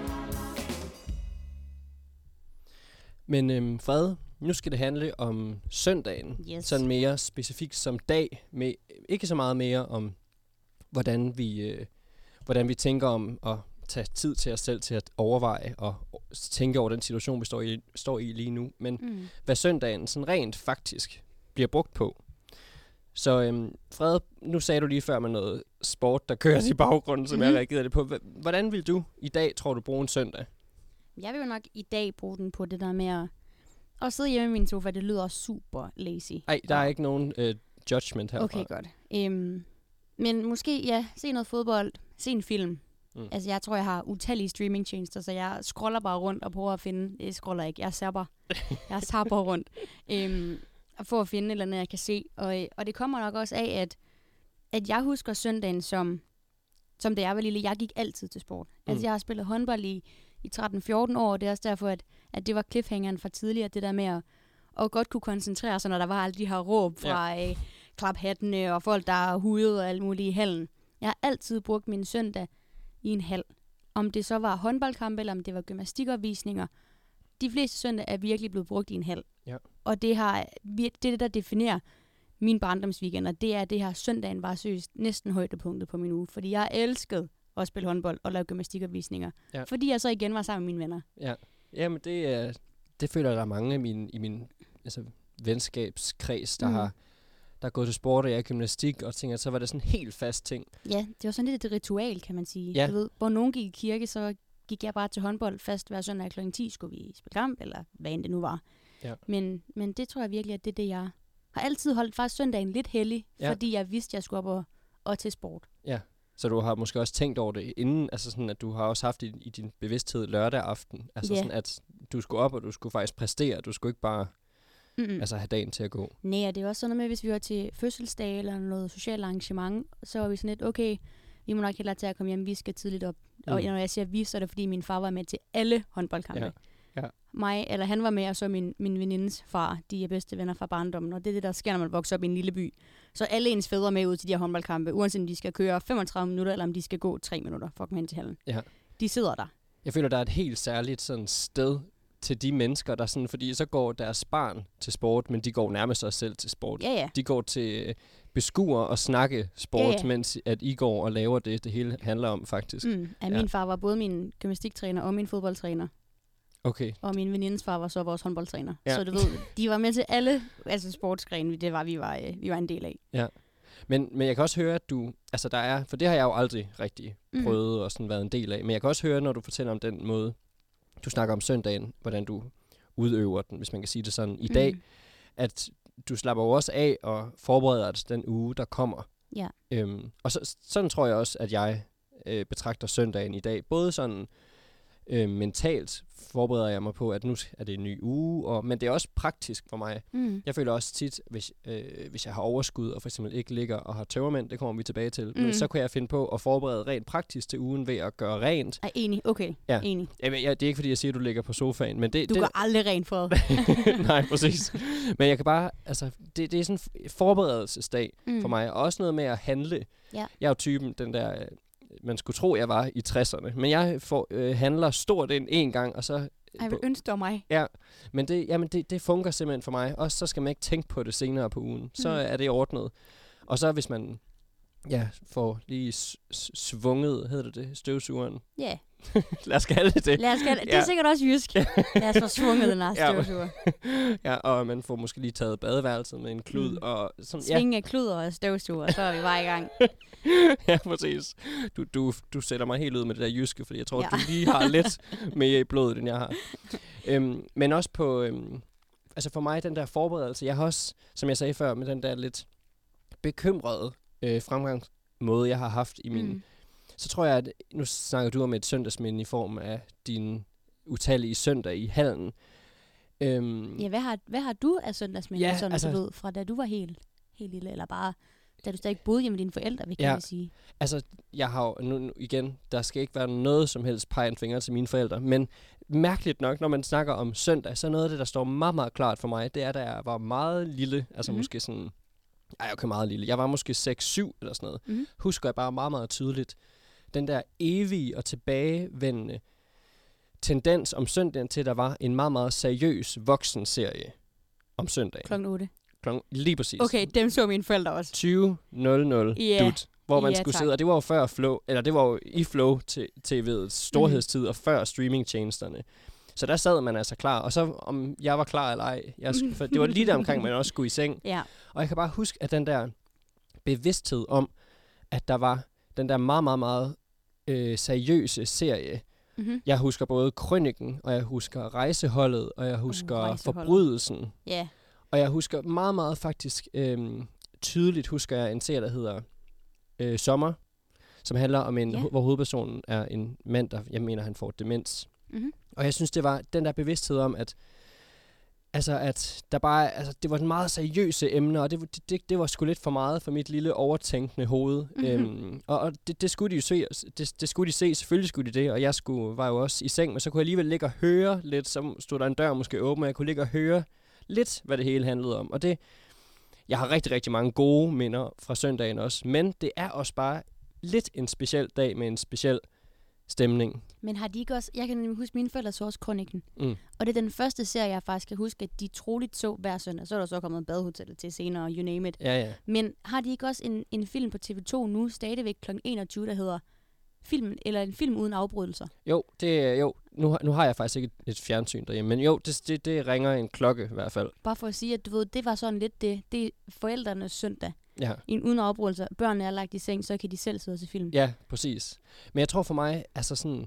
Men Fred, nu skal det handle om søndagen. Yes. Sådan mere specifikt som dag. Med, ikke så meget mere om, hvordan vi tænker om at tage tid til os selv til at overveje og tænke over den situation, vi står i lige nu. Men hvad søndagen sådan rent faktisk bliver brugt på. Så Fred, nu sagde du lige før med noget sport, der kører i baggrunden, som jeg reagerede på. Hvordan vil du i dag, tror du, bruge en søndag? Jeg vil jo nok i dag bruge den på det der med at sidde hjemme i min sofa. Det lyder super lazy. Nej, der er ikke nogen judgment herfra. Okay, godt. Men måske, se noget fodbold, se en film. Altså, jeg tror, jeg har utallige streamingtjenester, så jeg scroller bare rundt og prøver at finde... Jeg scroller ikke, jeg zapper. Jeg zapper rundt. For at finde et eller andet, jeg kan se. Og det kommer nok også af, at jeg husker søndagen som da jeg var lille. Jeg gik altid til sport. Altså, jeg har spillet håndbold i 13-14 år, og det er også derfor, at det var cliffhangeren fra tidligere, det der med at godt kunne koncentrere sig, når der var alle de her råb fra klaphattene og folk, der hudede og alt muligt i hallen. Jeg har altid brugt min søndag i en hal. Om det så var håndboldkamp, eller om det var gymnastikopvisninger. De fleste søndage er virkelig blevet brugt i en hal. Ja. Og det er det, der definerer min barndomsweekend, og det er det her søndagen var seriøst næsten højdepunktet på min uge. Fordi jeg elskede at spille håndbold og lave gymnastikopvisninger. Ja. Fordi jeg så igen var sammen med mine venner. Ja. Jamen, det føler jeg, der er mange i min venskabskreds, der har gået til sport, og jeg er gymnastik, og tænker, så var det sådan en helt fast ting. Ja, det var sådan lidt et ritual, kan man sige. Ja. Du ved, hvor nogen gik i kirke, så gik jeg bare til håndbold fast hver søndag kl. 10, skulle vi spille kamp, eller hvad end det nu var. Ja. Men det tror jeg virkelig, at det er det, jeg har altid holdt faktisk søndagen lidt hellig, fordi jeg vidste, at jeg skulle op og til sport. Ja. Så du har måske også tænkt over det inden, altså sådan, at du har også haft i din bevidsthed lørdag aften, altså sådan, at du skulle op, og du skulle faktisk præstere, du skulle ikke bare have dagen til at gå. Nej, det er også sådan noget med, hvis vi var til fødselsdag eller noget socialt arrangement, så var vi sådan lidt, okay, vi må nok hellere til at komme hjem, vi skal tidligt op. Og når jeg siger vi, så er det fordi min far var med til alle håndboldkampe. Ja. Han var med, og så min venindes far, de er bedste venner fra barndommen, og det er det, der sker, når man vokser op i en lille by. Så alle ens fædre med ud til de her håndboldkampe, uanset om de skal køre 35 minutter, eller om de skal gå 3 minutter for at komme hen til hallen. Ja. De sidder der. Jeg føler, der er et helt særligt sådan sted til de mennesker, der sådan, fordi så går deres barn til sport, men de går nærmest også selv til sport. Ja. De går til beskuer og snakke sport, mens at I går og laver det hele handler om, faktisk. Min far var både min gymnastiktræner og min fodboldtræner. Okay. Og min venindes far var så vores håndboldtræner. Ja. Så du ved, de var med til alle sportsgrene, det var vi var en del af. Ja. Men jeg kan også høre, at du, altså der er, for det har jeg jo aldrig rigtig prøvet og sådan været en del af, men jeg kan også høre, når du fortæller om den måde, du snakker om søndagen, hvordan du udøver den, hvis man kan sige det sådan, i dag, at du slapper jo også af og forbereder dig den uge, der kommer. Ja. Og sådan tror jeg også, at jeg betragter søndagen i dag. Både sådan mentalt forbereder jeg mig på, at nu er det en ny uge, men det er også praktisk for mig. Jeg føler også tit, hvis jeg har overskud og for eksempel ikke ligger og har tømmermænd, det kommer vi tilbage til, men så kan jeg finde på at forberede rent praktisk til ugen ved at gøre rent. Enig, okay. Ja. Enig. Det er ikke fordi, jeg siger, at du ligger på sofaen, men det... Du gør aldrig rent for. Nej, præcis. Men jeg kan bare, altså, det er sådan en forberedelsesdag for mig, og også noget med at handle. Ja. Jeg er jo typen, den der... Man skulle tro, jeg var i 60'erne. Men jeg handler stort ind en gang, og så... Jeg vil ønske dig mig. Ja, men det fungerer simpelthen for mig. Og så skal man ikke tænke på det senere på ugen. Så er det ordnet. Og så hvis man får lige svunget, hedder det, støvsugeren. Ja, Lad os kalde det det. lad os kalde det. Det er sikkert også jysk. Lad os få svunget den her støvsuger. Ja, og man får måske lige taget badeværelset med en klud. Og sådan, ja. Svinge kluder og støvsuger, så er vi bare i gang. Ja, præcis. Du sætter mig helt ud med det der jyske, fordi jeg tror, du lige har lidt mere i blodet, end jeg har. Men også på... altså for mig, den der forberedelse, jeg har også, som jeg sagde før, med den der lidt bekymrede fremgangsmåde, jeg har haft i min... Så tror jeg, at nu snakker du om et søndagsminde i form af din utallige søndag i hallen. Ja, hvad har du af søndagsminde, Ja, sådan altså- du ved, fra da du var helt lille, eller bare da du stadig boede hjemme med dine forældre, vil Ja. jeg sige. Altså, jeg har jo, nu igen, der skal ikke være noget som helst pegen fingre til mine forældre, men mærkeligt nok, når man snakker om søndag, så noget af det, der står meget, meget klart for mig, det er, da jeg var meget lille, altså måske sådan, okay, meget lille, jeg var måske 6-7 eller sådan noget, husker jeg bare meget, meget tydeligt, den der evige og tilbagevendende tendens om søndagen til, at der var en meget, meget seriøs voksenserie om søndagen. Klokken 8. Lige præcis. Okay, dem så mine forældre også. 20.00 Ja. dut, hvor man Ja, skulle tak. sidde, og det var jo før Flow, eller det var jo i Flow TV'ets storhedstid, og før streamingtjenesterne. Så der sad man altså klar, og så om jeg var klar eller ej, for det var lige der omkring, man også skulle i seng. Ja. Og jeg kan bare huske, at den der bevidsthed om, at der var den der meget, meget, meget seriøse serie. Jeg husker både Krøniken, og jeg husker Rejseholdet, og jeg husker Rejseholdet. Forbrydelsen. Ja. Og jeg husker meget, meget faktisk tydeligt, husker jeg en serie, der hedder Sommer, som handler om hvor hovedpersonen er en mand, der, jeg mener, han får demens. Og jeg synes, det var den der bevidsthed om, at der bare, det var et meget seriøse emne, og det var sgu lidt for meget for mit lille overtænkende hoved. Og det skulle de jo se, det skulle de se, selvfølgelig skulle de det, og jeg var jo også i seng, men så kunne jeg alligevel ligge og høre lidt, så stod der en dør måske åben, og jeg kunne ligge og høre lidt, hvad det hele handlede om. Og jeg har rigtig, rigtig mange gode minder fra søndagen også, men det er også bare lidt en speciel dag med en speciel stemning. Men har de ikke også... Jeg kan nemlig huske, mine forældre så også Krøniken. Og det er den første serie, jeg faktisk kan huske, at de troligt så hver søndag. Så er der så kommet Badehotellet til senere, you name it. Ja. Men har de ikke også en film på TV2 nu, stadigvæk kl. 21, der hedder Filmen, eller en film uden afbrydelser? Jo, nu har jeg faktisk ikke et fjernsyn derhjemme, men jo, det ringer en klokke i hvert fald. Bare for at sige, at du ved, det var sådan lidt det er forældrenes søndag. Ja. En uden afbrydelser. Børnene er lagt i seng, så kan de selv sidde og se film. Ja, præcis. Men jeg tror for mig, altså sådan...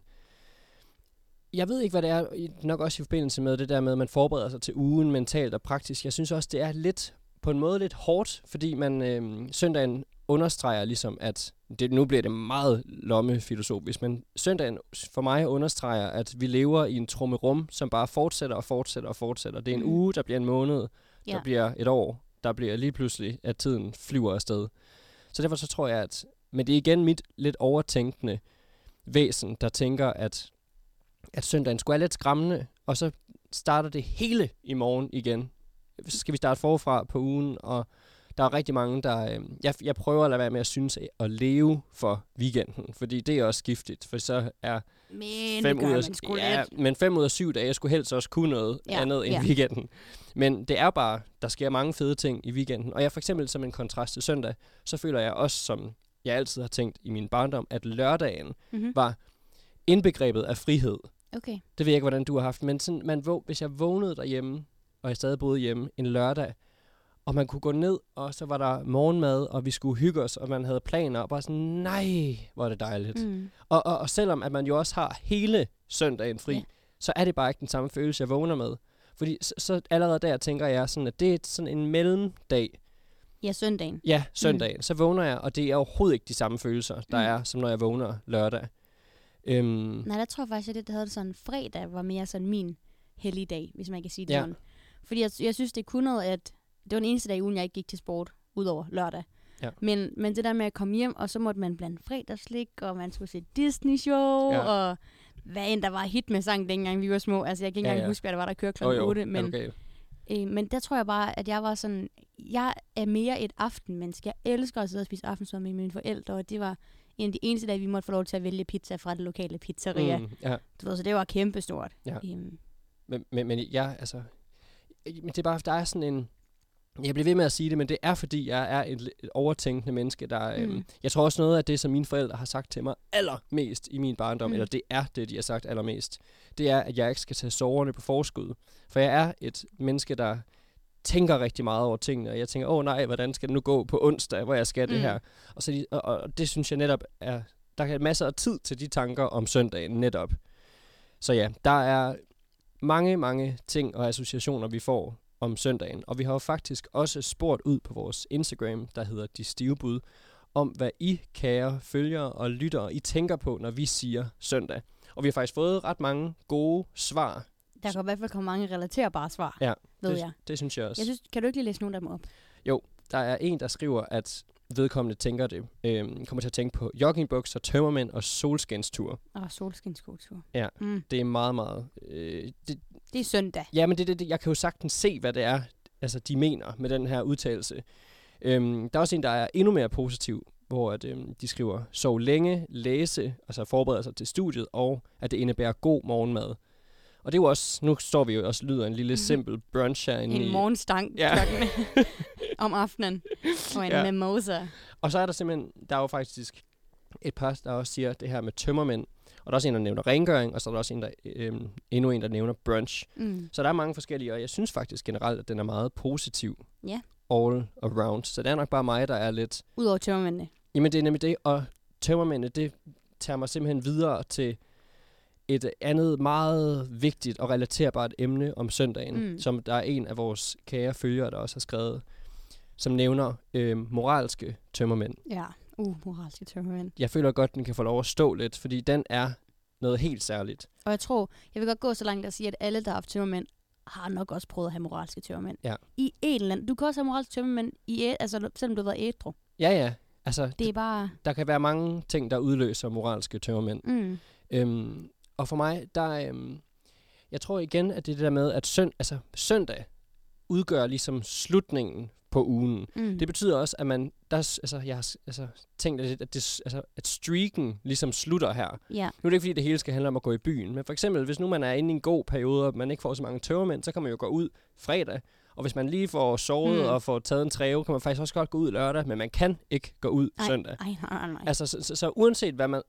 Jeg ved ikke, hvad det er, nok også i forbindelse med det der med, at man forbereder sig til ugen mentalt og praktisk. Jeg synes også, det er lidt, på en måde lidt hårdt, fordi man søndagen understreger ligesom, at nu bliver det meget lommefilosofisk, men søndagen for mig understreger, at vi lever i en trummerum, som bare fortsætter og fortsætter og fortsætter. Det er en uge, der bliver en måned, der bliver et år, der bliver lige pludselig, at tiden flyver afsted. Så derfor så tror jeg, men det er igen mit lidt overtænkende væsen, der tænker, at søndagen skulle være lidt skræmmende, og så starter det hele i morgen igen. Så skal vi starte forfra på ugen, og der er rigtig mange, der... Jeg prøver at lade være med at synes at leve for weekenden, fordi det er også giftigt, for så er... Men 5 ud af 7 dage, jeg skulle helst også kunne noget andet end weekenden. Men det er bare, der sker mange fede ting i weekenden. Og jeg for eksempel som en kontrast til søndag, så føler jeg også, som jeg altid har tænkt i min barndom, at lørdagen var indbegrebet af frihed. Okay. Det ved jeg ikke, hvordan du har haft, men sådan, hvis jeg vågnede derhjemme, og jeg stadig boede hjemme en lørdag, og man kunne gå ned, og så var der morgenmad, og vi skulle hygge os, og man havde planer, og bare sådan, nej, hvor er det dejligt. Og selvom at man jo også har hele søndagen fri, så er det bare ikke den samme følelse, jeg vågner med. Fordi så allerede der tænker jeg sådan, at det er sådan en mellemdag. Ja, søndagen. Ja, søndagen. Så vågner jeg, og det er overhovedet ikke de samme følelser, der er, som når jeg vågner lørdag. Nej, der tror jeg faktisk, at det havde det sådan, fredag var mere sådan min hellige dag, hvis man kan sige det sådan. Fordi jeg synes, det kunne noget, at det var den eneste dag i ugen, jeg ikke gik til sport, udover lørdag. Ja. Men det der med at komme hjem, og så måtte man blande fredagslik, og man skulle se Disney-show, og hvad end der var hit med sang, dengang vi var små. Altså, jeg kan ikke engang huske, hvad der var, der kørte klokken 8. Men der tror jeg bare, at jeg var sådan... Jeg er mere et aftenmenneske. Jeg elsker at sidde og spise aftensmad med mine forældre, og det var en af de eneste dage, vi måtte få lov til at vælge pizza fra det lokale pizzeria. Du ved, så det var kæmpestort. Ja. Men ja, altså... Men det er bare, der er sådan en... Jeg bliver ved med at sige det, men det er, fordi jeg er et overtænkende menneske, der... Jeg tror også noget af det, som mine forældre har sagt til mig allermest i min barndom, eller det er det, de har sagt allermest, det er, at jeg ikke skal tage sorgerne på forskud. For jeg er et menneske, der tænker rigtig meget over tingene, og jeg tænker, nej, hvordan skal det nu gå på onsdag, hvor jeg skal det her? Og det synes jeg netop er... Der er masser af tid til de tanker om søndagen netop. Så ja, der er mange, mange ting og associationer, vi får om søndagen. Og vi har jo faktisk også spurgt ud på vores Instagram, der hedder De Stive Bud, om hvad I, kære følgere og lyttere, I tænker på, når vi siger søndag. Og vi har faktisk fået ret mange gode svar. Der kan i hvert fald komme mange relaterbare svar, ved jeg. Det synes jeg også. Jeg synes, kan du ikke lige læse nogle af dem op? Jo, der er en, der skriver, at vedkommende tænker det. Kommer til at tænke på joggingbukser, tømmermænd og solskinstur. Solskinstur. Ja, det er meget, meget... Det er søndag. Ja, men jeg kan jo sagtens se, hvad det er, altså, de mener med den her udtalelse. Der er også en, der er endnu mere positiv, hvor at, de skriver, sov længe, læse, altså forberede sig til studiet, og at det indebærer god morgenmad. Og det er jo også, nu står vi jo også lyder en lille simpel brunch herinde. En morgenstang klokken om aftenen. Og en mimosa. Og så er der simpelthen, der er jo faktisk et par, der også siger det her med tømmermænd. Og der er også en, der nævner rengøring, og så er der også en, der, endnu en, der nævner brunch. Så der er mange forskellige, og jeg synes faktisk generelt, at den er meget positiv. Ja. All around. Så det er nok bare mig, der er lidt... Udover tømmermændene. Jamen det er nemlig det, og tømmermændene, det tager mig simpelthen videre til et andet meget vigtigt og relaterbart emne om søndagen, som der er en af vores kære følgere, der også har skrevet, som nævner moralske tømmermænd. Ja, moralske tømmermænd. Jeg føler godt, den kan få lov at stå lidt, fordi den er noget helt særligt. Og jeg vil godt gå så langt at sige, at alle, der har haft tømmermænd, har nok også prøvet at have moralske tømmermænd. Ja. I et eller andet. Du kan også have moralske tømmermænd, selvom du har været ædru. Ja. Altså, det er bare... Der kan være mange ting, der udløser moralske tømmermænd. Og for mig, jeg tror igen, at det der med, at søndag udgør ligesom slutningen på ugen. Det betyder også, at man, jeg har tænkt lidt, at streaken ligesom slutter her. Ja. Nu er det ikke, fordi det hele skal handle om at gå i byen, men for eksempel, hvis nu man er inde i en god periode, og man ikke får så mange tømmermænd, så kan man jo gå ud fredag. Og hvis man lige får sovet og får taget en træve, kan man faktisk også godt gå ud lørdag, men man kan ikke gå ud søndag. Nej. Altså, så uanset hvad man,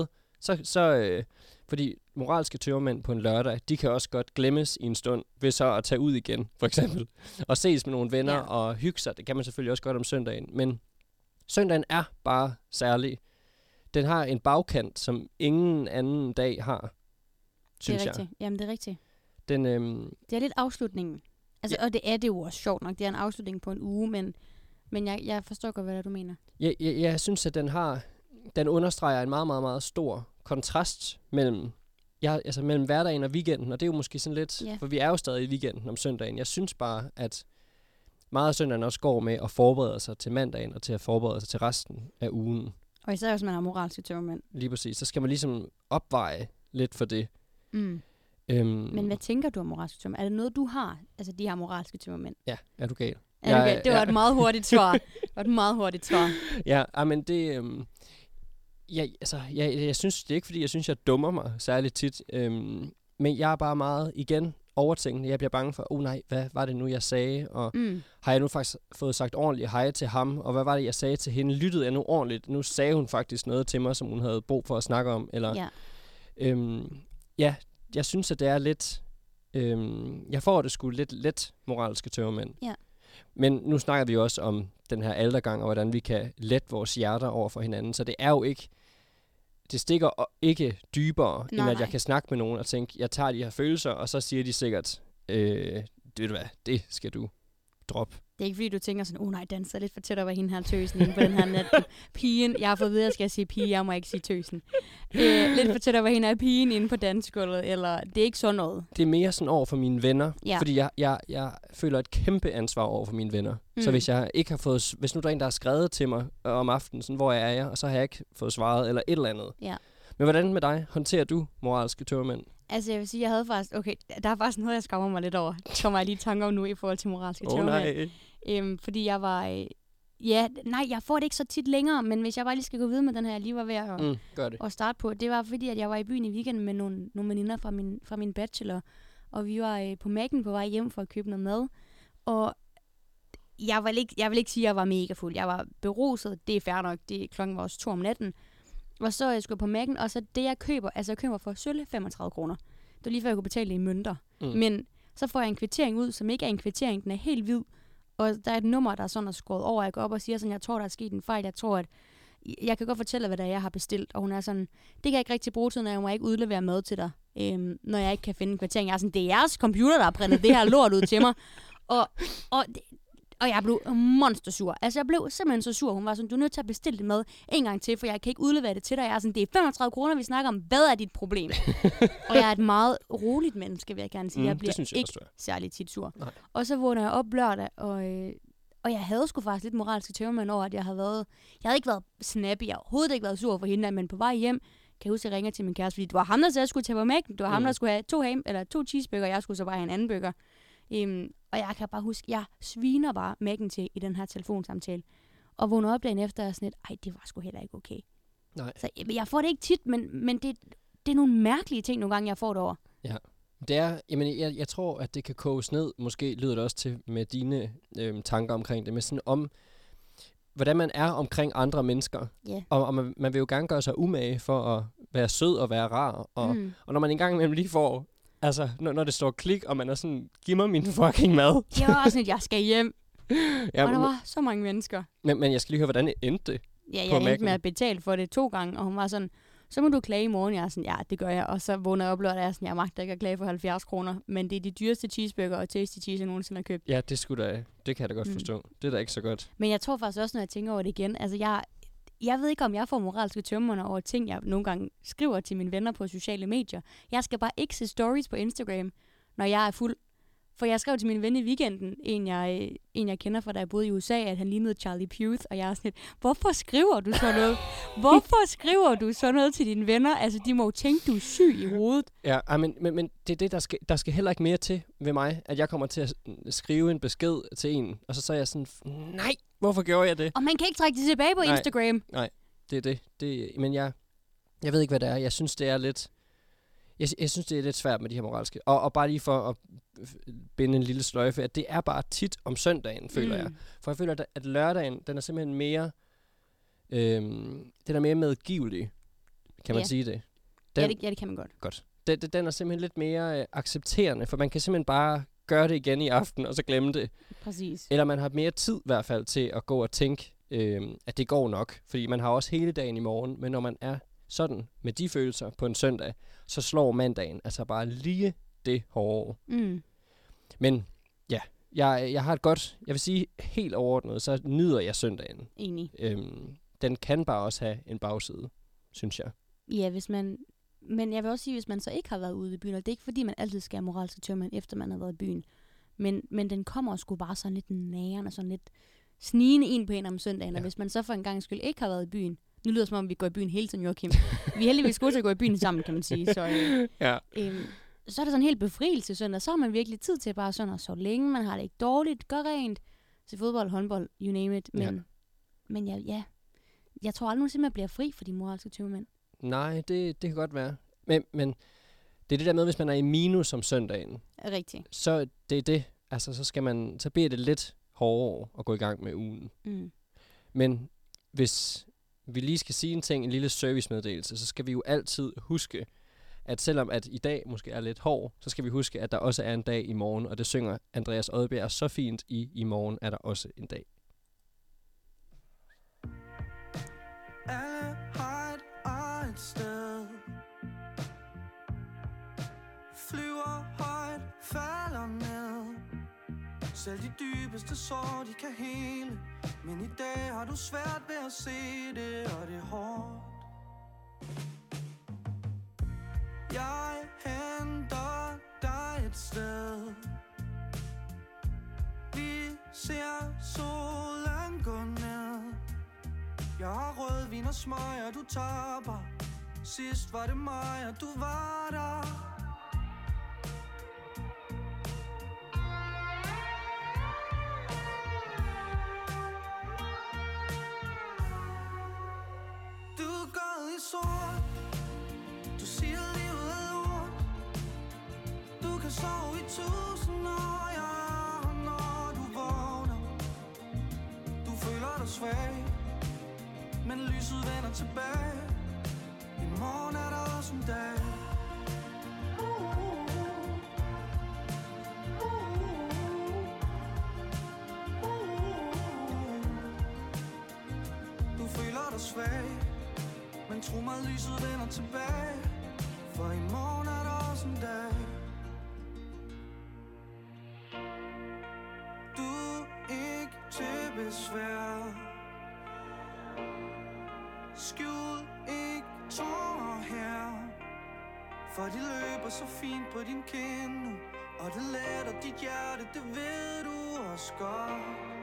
fordi moralske tømmermænd på en lørdag, de kan også godt glemmes i en stund ved så at tage ud igen, for eksempel. Og ses med nogle venner og hygge sig. Det kan man selvfølgelig også godt om søndagen. Men søndagen er bare særlig. Den har en bagkant, som ingen anden dag har, synes jeg. Det er rigtigt. Jamen, det er rigtigt. Det er lidt afslutningen. Altså, og det er det jo også sjovt nok. Det er en afslutning på en uge, men jeg forstår godt, hvad du mener. Jeg synes, at den understreger en meget, meget, meget stor kontrast mellem hverdagen og weekenden, og det er jo måske sådan lidt, for vi er jo stadig i weekenden om søndagen. Jeg synes bare, at meget af søndagen også går med at forberede sig til mandagen, og til at forberede sig til resten af ugen. Og især hvis man har moralske tømmermænd. Lige præcis. Så skal man ligesom opveje lidt for det. Men hvad tænker du om moralske tømmermænd? Er det noget, du har? Altså, de har moralske tømmermænd? Ja, er du gal? Det var et meget hurtigt svar. Ja, men det... Jeg synes, det er ikke, fordi jeg synes, jeg dummer mig særligt tit. Men jeg er bare meget, igen, overtænkende. Jeg bliver bange for, nej, hvad var det nu, jeg sagde? Og har jeg nu faktisk fået sagt ordentligt hej til ham? Og hvad var det, jeg sagde til hende? Lyttede jeg nu ordentligt? Nu sagde hun faktisk noget til mig, som hun havde brug for at snakke om. Eller, jeg synes, at det er lidt... jeg får det sgu lidt let moralske tømmermænd. Ja. Men nu snakker vi også om den her aldergang, og hvordan vi kan lette vores hjerter over for hinanden. Så det er jo ikke... Det stikker ikke dybere, end at jeg kan snakke med nogen og tænke, jeg tager de her følelser, og så siger de sikkert, ved du hvad, det skal du droppe. Det er ikke fordi, du tænker sådan, nej, Dan, så er lidt for tæt over hende her tøsen inde på den her nat. Pigen, jeg har fået videre, skal jeg sige pige, jeg må ikke sige tøsen. Lidt for tæt over hende her pigen inde på dansegulvet, eller det er ikke sådan noget. Det er mere sådan over for mine venner, fordi jeg føler et kæmpe ansvar over for mine venner. Så hvis jeg ikke har fået, hvis nu der er en, der har skrevet til mig om aftenen, sådan, hvor er jeg, og så har jeg ikke fået svaret, eller et eller andet. Ja. Men hvordan med dig? Håndterer du moralske tømmermænd? Altså, jeg vil sige, der er faktisk noget, jeg skammer mig lidt over. Det kommer jeg lige i tanke om nu i forhold til moralske tømmermænd. Fordi jeg var... jeg får det ikke så tit længere, men hvis jeg bare lige skal gå videre med den her, jeg lige var ved at starte på, det var fordi, at jeg var i byen i weekenden med nogle veninder fra min bachelor, og vi var på Mac'en på vej hjem for at købe noget mad, og jeg vil ikke sige, at jeg var mega fuld. Jeg var beruset. Det er fair nok. Klokken var også 2 om natten. Og så skulle jeg på Mac'en, og så det, jeg køber, altså jeg køber for sølle 35 kroner. Det var lige før, jeg kunne betale det i mønter. Men så får jeg en kvittering ud, som ikke er en kvittering. Den er helt hvid. Og der er et nummer, der er sådan skåret over. Jeg går op og siger sådan, jeg tror, der er sket en fejl. Jeg tror, at jeg kan godt fortælle, hvad det er, jeg har bestilt. Og hun er sådan, det kan jeg ikke rigtig bruge til, når jeg må ikke udlevere mad til dig, når jeg ikke kan finde en kvittering. Jeg er sådan, det er jeres computer, der har printet det her lort ud til mig. Og jeg blev monstersur. Altså, jeg blev simpelthen så sur. Hun var sådan, du er nødt til at bestille det mad en gang til, for jeg kan ikke udlevere det til dig. Jeg er sådan, det er 35 kroner, vi snakker om. Hvad er dit problem? Og jeg er et meget roligt menneske, vil jeg gerne sige. Jeg bliver ikke særlig tit sur. Nej. Og så vågner jeg op lørdag, og jeg havde sgu faktisk lidt moralske tømmermænd over, at jeg havde ikke været snappy. Jeg har overhovedet ikke været sur for hende, men på vej hjem, kan jeg huske, at jeg ringer til min kæreste, fordi det var ham, der sagde, at jeg skulle tage på Mac'en. Det var ham, der skulle have 2 cheeseburger, og jeg skulle så bare have en anden burger. Og jeg kan bare huske, jeg sviner bare Mac'en til i den her telefonsamtale. Og vågner op dagen efter og sådan lidt, det var sgu heller ikke okay. Nej. Så jeg får det ikke tit, men det er nogle mærkelige ting nogle gange, jeg får det over. Ja. Det er, jeg tror, at det kan koges ned, måske lyder det også til med dine tanker omkring det, med sådan om, hvordan man er omkring andre mennesker. Yeah. Og man vil jo gerne gøre sig umage for at være sød og være rar. Og når man engang imellem lige får, altså når det står klik, og man er sådan, giv mig min fucking mad. Det var også sådan, at jeg skal hjem. Ja, og der var så mange mennesker. Men jeg skal lige høre, hvordan det endte det? Ja, jeg endte med at betale for det 2 gange, og hun var sådan, så må du klage i morgen. Jeg er sådan, ja, det gør jeg. Og så vågner jeg op lørdag, og jeg er sådan, jeg magter ikke at klage for 70 kroner. Men det er de dyreste cheeseburger og tasty cheese, jeg nogensinde har købt. Ja, det kan jeg da godt forstå. Det er da ikke så godt. Men jeg tror faktisk også, når jeg tænker over det igen, altså jeg ved ikke, om jeg får moralske tømmermænd over ting, jeg nogle gange skriver til mine venner på sociale medier. Jeg skal bare ikke se stories på Instagram, når jeg er fuld. For jeg skrev til min ven i weekenden, en jeg kender fra, da jeg boede i USA, at han lignede Charlie Puth, og jeg er sådan lidt, hvorfor skriver du sådan noget? Hvorfor skriver du sådan noget til dine venner? Altså, de må jo tænke, du er syg i hovedet. Ja, men det er det, der skal heller ikke mere til ved mig, at jeg kommer til at skrive en besked til en, og så er jeg sådan, nej, hvorfor gjorde jeg det? Og man kan ikke trække det tilbage på Instagram. Nej, det er det. Men jeg ved ikke, hvad det er. Jeg synes, det er lidt... Jeg synes, det er lidt svært med de her moralske. Og bare lige for at binde en lille sløjfe, at det er bare tit om søndagen, føler jeg. For jeg føler, at lørdagen, den er simpelthen mere... den er mere medgivelig. Kan man sige det? Det kan man godt. Den er simpelthen lidt mere accepterende, for man kan simpelthen bare gøre det igen i aften, og så glemme det. Præcis. Eller man har mere tid i hvert fald til at gå og tænke, at det går nok. Fordi man har også hele dagen i morgen, men når man er sådan med de følelser på en søndag, så slår mandagen altså bare lige det hårde. Men ja, jeg har et godt, jeg vil sige helt overordnet, så nyder jeg søndagen. Enig. Den kan bare også have en bagside, synes jeg. Ja, men jeg vil også sige, hvis man så ikke har været ude i byen, og det er ikke fordi, man altid skal have moralske tømmermænd, efter man har været i byen, men den kommer sgu bare sådan lidt nærende, sådan lidt snigende ind på en om søndagen, og hvis man så for en gang skyld ikke har været i byen, nu lyder det som om, vi går i byen hele tiden, Joachim. Vi er heldigvis gode til at gå i byen sammen, kan man sige. Så, så er det sådan en helt befrielse søndag. Så har man virkelig tid til bare sådan at sove længe. Man har det ikke dårligt, gør rent. Se fodbold, håndbold, you name it. Men jeg tror aldrig nogensinde, man bliver fri for de moralske tømmermænd. Nej, det kan godt være. Men det er det der med, hvis man er i minus om søndagen. Rigtigt. Så det er det. Altså, så bliver det lidt hårdere at gå i gang med ugen. Men hvis vi lige skal sige en lille servicemeddelelse, så skal vi jo altid huske, at selvom at i dag måske er lidt hård, så skal vi huske, at der også er en dag i morgen, og det synger Andreas Odbjerg så fint i morgen er der også en dag. Alle har et sted, flyver højt, falder ned. Selv de dybeste sår, de kan hele. Men i dag har du svært ved at se det, og det er hårdt. Jeg henter dig et sted. Vi ser solen gå ned. Jeg har rødvin og smøger, du tapper. Sidst var det mig, og du var der. Sort. Du siger livet er lort. Du kan sove i 1000 år, ja. Når du vågner, dig svag, men lyset vender tilbage. I morgen er der også en dag. Du føler dig svag, men tro mig, lyset vender tilbage. For i morgen er der også en dag. Du er ikke til besvær. Skjul ikke tårer her, for de løber så fint på din kind nu, og det letter dit hjerte, det ved du også godt.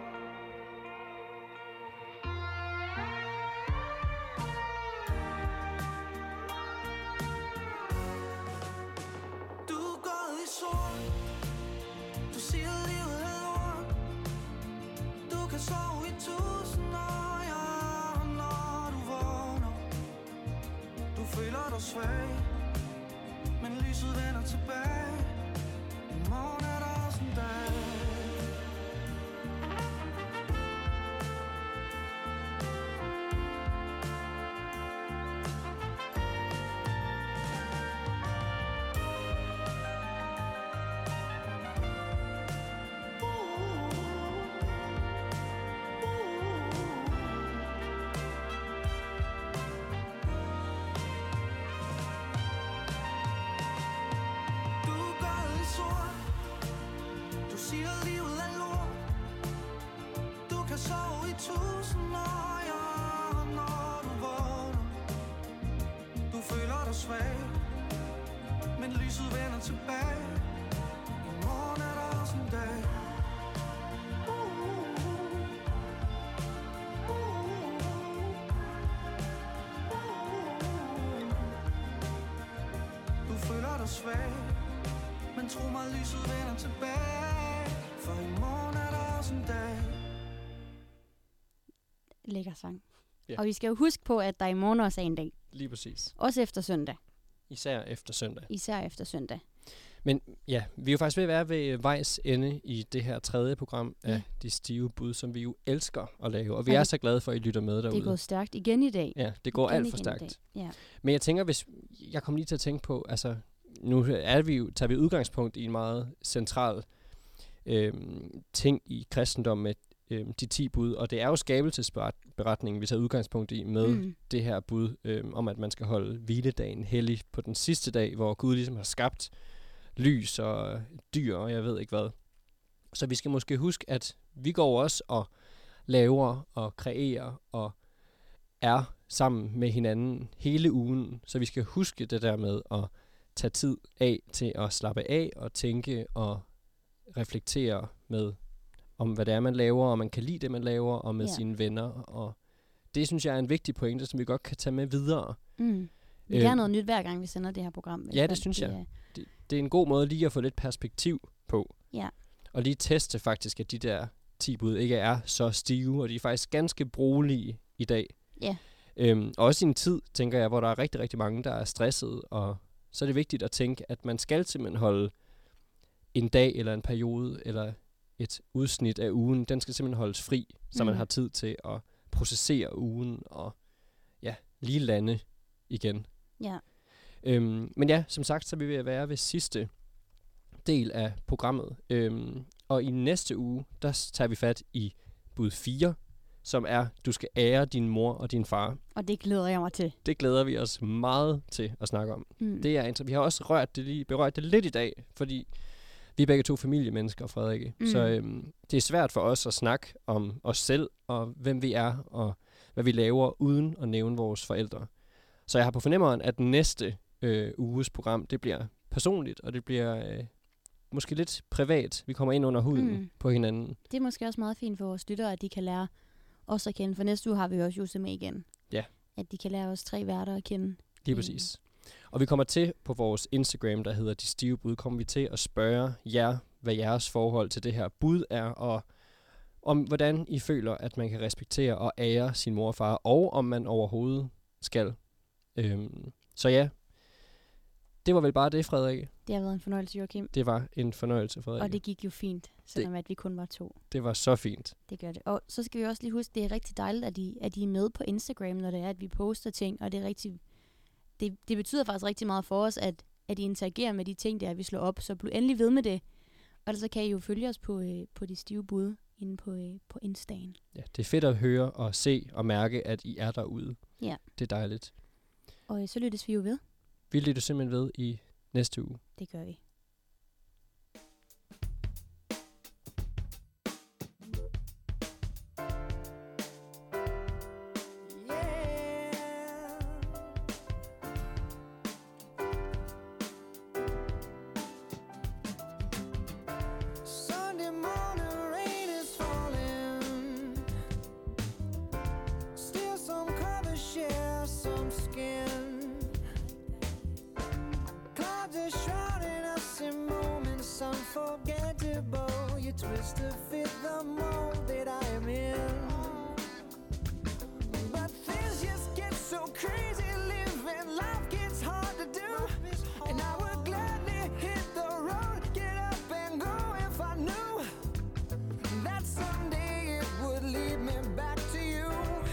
Du er gået i sort, du siger livet er lort. Du kan sove i 1000 år, ja, når du vågner. Du føler dig svag, men lyset vender tilbage. I morgen er der også en dag. Du siger livet er lort. Du kan sove i 1000 år, ja, når du vågner. Du føler dig svag, men lyset vender tilbage. I morgen er der også en dag. Du føler dig svag, men tro mig, lyset vender tilbage. For i morgen er der også en dag. Lækker sang. Ja. Og vi skal jo huske på, at der i morgen også er en dag. Lige præcis. Også efter søndag. Især efter søndag. Især efter søndag. Men ja, vi er jo faktisk ved at være ved vejs ende i det her 3. program af Ja. De Stive Bud, som vi jo elsker at lave. Og vi Og er det- så glade for, at I lytter med derude. Det er gået stærkt igen i dag. Ja, det går Igen alt for igen i stærkt. dag. Ja. Men jeg tænker, hvis jeg kommer lige til at tænke på, altså nu er vi jo, tager vi udgangspunkt i en meget central ting i kristendommen med de 10 bud, og det er jo skabelsesberetningen, vi tager udgangspunkt i med det her bud om, at man skal holde hviledagen hellig på den sidste dag, hvor Gud ligesom har skabt lys og dyr, og jeg ved ikke hvad. Så vi skal måske huske, at vi går også og laver og kreerer og er sammen med hinanden hele ugen, så vi skal huske det der med at tage tid af til at slappe af og tænke og reflektere med om, hvad det er, man laver, og man kan lide det, man laver, og med sine venner. Og det, synes jeg, er en vigtig pointe, som vi godt kan tage med videre. Vi lærer noget nyt hver gang, vi sender det her program. Ja, det synes jeg. Det er en god måde lige at få lidt perspektiv på. Ja. Og lige teste faktisk, at de der 10 bud ikke er så stive, og de er faktisk ganske brugelige i dag. Ja. Også i en tid, tænker jeg, hvor der er rigtig, rigtig mange, der er stresset, og så er det vigtigt at tænke, at man skal simpelthen holde en dag, eller en periode, eller et udsnit af ugen, den skal simpelthen holdes fri, så man har tid til at processere ugen, og ja, lige lande igen. Ja. Men ja, som sagt, så vil vi være ved sidste del af programmet. Og i næste uge, der tager vi fat i bud 4, som er, du skal ære din mor og din far. Og det glæder jeg mig til. Det glæder vi os meget til at snakke om. Det er vi har også berørt det lidt i dag, fordi vi er begge to familiemennesker, Frederikke. Så det er svært for os at snakke om os selv, og hvem vi er, og hvad vi laver, uden at nævne vores forældre. Så jeg har på fornemmeren, at næste uges program, det bliver personligt, og det bliver måske lidt privat. Vi kommer ind under huden på hinanden. Det er måske også meget fint for vores lyttere, at de kan lære os at kende. For næste uge har vi også Jose med igen. Ja. At de kan lære os 3 værter at kende. Lige præcis. Og vi kommer til på vores Instagram, der hedder De Stive Bud, kommer vi til at spørge jer, hvad jeres forhold til det her bud er, og om hvordan I føler, at man kan respektere og ære sin mor og far, og om man overhovedet skal. Så ja, det var vel bare det, Frederik. Det har været en fornøjelse, Joachim. Det var en fornøjelse, Frederik. Og det gik jo fint, selvom at vi kun var 2. Det var så fint. Det gør det. Og så skal vi også lige huske, det er rigtig dejligt, at I er med på Instagram, når det er, at vi poster ting. Og det er rigtig, det betyder faktisk rigtig meget for os, at I interagerer med de ting, der vi slår op. Så bliv endelig ved med det. Og så kan I jo følge os på de stive bud inde på Instaen. Ja, det er fedt at høre og se og mærke, at I er derude. Ja. Det er dejligt. Og så lyttes vi jo ved. Vi lytter simpelthen ved i næste uge. Det gør vi. Sunday morning rain is falling. Still some covers share some skin. Clouds are shrouding us in moments unforgettable. You twist to fit the mold that I am in. But things just get so crazy living. Life gets hard to do. And I would gladly hit the road, get up and go if I knew that someday it would lead me back to you.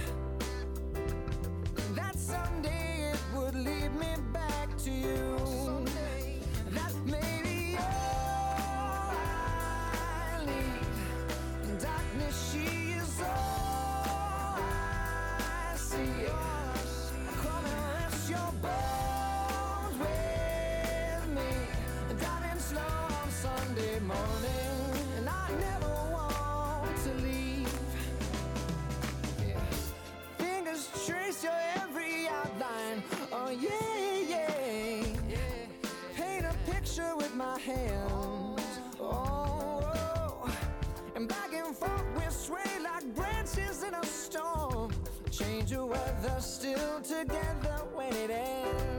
That someday it would lead me back to you. That maybe all I need. Darkness, she is all I see. Come and rest your bones with me. Driving slow on Sunday morning, and I never want to leave. Yeah. Fingers trace your every outline. Oh yeah, yeah. Paint a picture with my hands. Oh, and back and forth we sway like branches in a storm. Change your weather, still together when it ends.